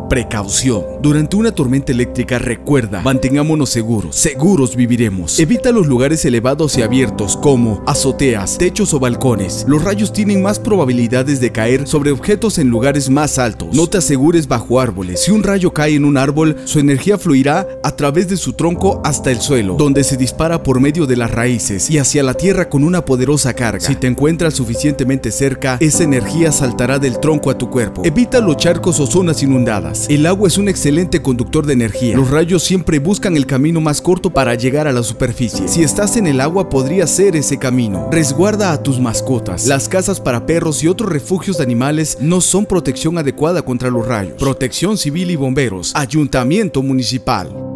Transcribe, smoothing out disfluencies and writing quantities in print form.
Precaución. Durante una tormenta eléctrica, recuerda, mantengámonos seguros. Seguros viviremos. Evita los lugares elevados y abiertos como azoteas, techos o balcones. Los rayos tienen más probabilidades de caer sobre objetos en lugares más altos. No te asegures bajo árboles. Si un rayo cae en un árbol, su energía fluirá a través de su tronco hasta el suelo, donde se dispara por medio de las raíces y hacia la tierra con una poderosa carga. Si te encuentras suficientemente cerca, esa energía saltará del tronco a tu cuerpo. Evita los charcos o zonas inundadas. El agua es un excelente conductor de energía. Los rayos siempre buscan el camino más corto para llegar a la superficie. Si estás en el agua, podría ser ese camino. Resguarda a tus mascotas. Las casas para perros y otros refugios de animales no son protección adecuada contra los rayos. Protección Civil y Bomberos. Ayuntamiento Municipal.